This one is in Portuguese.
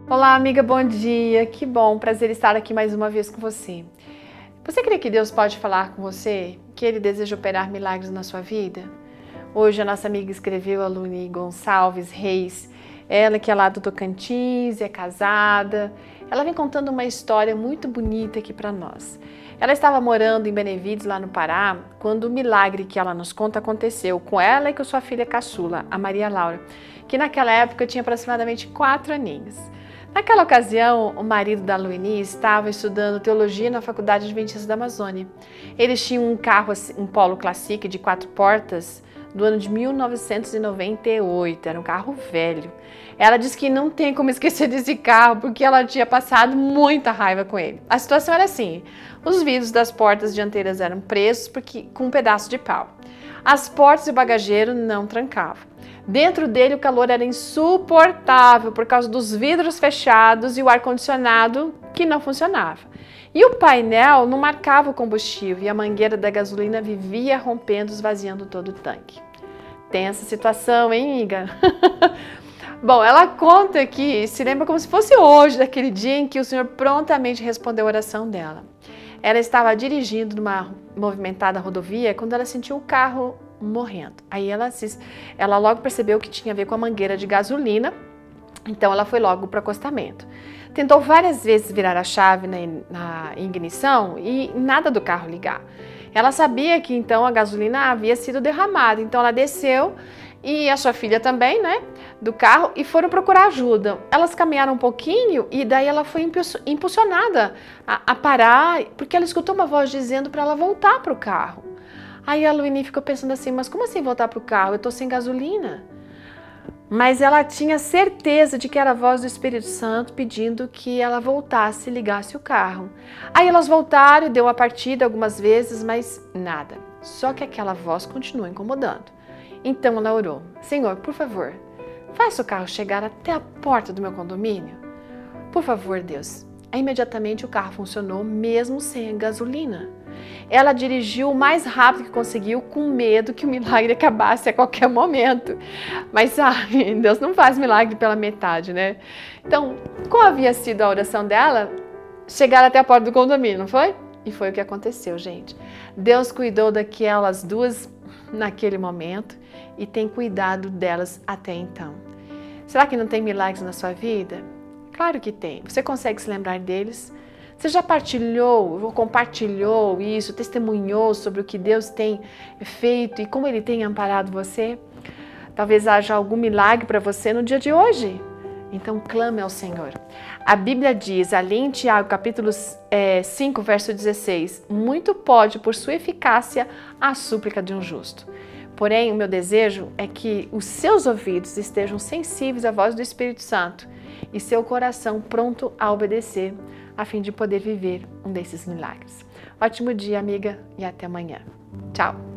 Olá, amiga, bom dia. Que bom, prazer estar aqui mais uma vez com você. Você crê que Deus pode falar com você? Que Ele deseja operar milagres na sua vida? Hoje a nossa amiga escreveu, a Luni Gonçalves Reis, ela que é lá do Tocantins, é casada. Ela vem contando uma história muito bonita aqui para nós. Ela estava morando em Benevides, lá no Pará, quando o milagre que ela nos conta aconteceu com ela e com sua filha caçula, a Maria Laura, que naquela época tinha aproximadamente 4 aninhos. Naquela ocasião, o marido da Luini estava estudando teologia na Faculdade Adventista da Amazônia. Eles tinham um carro, um Polo Classic de 4 portas, do ano de 1998, era um carro velho. Ela disse que não tem como esquecer desse carro, porque ela tinha passado muita raiva com ele. A situação era assim, os vidros das portas dianteiras eram presos com um pedaço de pau. As portas e o bagageiro não trancavam. Dentro dele o calor era insuportável por causa dos vidros fechados e o ar-condicionado que não funcionava. E o painel não marcava o combustível e a mangueira da gasolina vivia rompendo, esvaziando todo o tanque. Tem essa situação, hein, amiga? Bom, ela conta que se lembra como se fosse hoje, daquele dia em que o Senhor prontamente respondeu a oração dela. Ela estava dirigindo numa movimentada rodovia quando ela sentiu o carro morrendo. Aí ela logo percebeu que tinha a ver com a mangueira de gasolina, então ela foi logo para o acostamento. Tentou várias vezes virar a chave na ignição e nada do carro ligar. Ela sabia que então a gasolina havia sido derramada, então ela desceu e a sua filha também, né, do carro e foram procurar ajuda. Elas caminharam um pouquinho e daí ela foi impulsionada a parar, porque ela escutou uma voz dizendo para ela voltar para o carro. Aí a Luini ficou pensando assim, mas como assim voltar para o carro? Eu estou sem gasolina. Mas ela tinha certeza de que era a voz do Espírito Santo pedindo que ela voltasse e ligasse o carro. Aí elas voltaram e deu a partida algumas vezes, mas nada. Só que aquela voz continuou incomodando. Então ela orou, Senhor, por favor, faça o carro chegar até a porta do meu condomínio. Por favor, Deus. Aí imediatamente o carro funcionou mesmo sem gasolina. Ela dirigiu o mais rápido que conseguiu, com medo que o milagre acabasse a qualquer momento. Mas Deus não faz milagre pela metade, né? Então, qual havia sido a oração dela? Chegar até a porta do condomínio, não foi? E foi o que aconteceu, gente. Deus cuidou daquelas duas naquele momento e tem cuidado delas até então. Será que não tem milagres na sua vida? Claro que tem. Você consegue se lembrar deles? Você já partilhou ou compartilhou isso, testemunhou sobre o que Deus tem feito e como Ele tem amparado você? Talvez haja algum milagre para você no dia de hoje. Então clame ao Senhor. A Bíblia diz, ali em Tiago, capítulo 5, verso 16, muito pode, por sua eficácia, a súplica de um justo. Porém, o meu desejo é que os seus ouvidos estejam sensíveis à voz do Espírito Santo e seu coração pronto a obedecer, a fim de poder viver um desses milagres. Ótimo dia, amiga, e até amanhã. Tchau!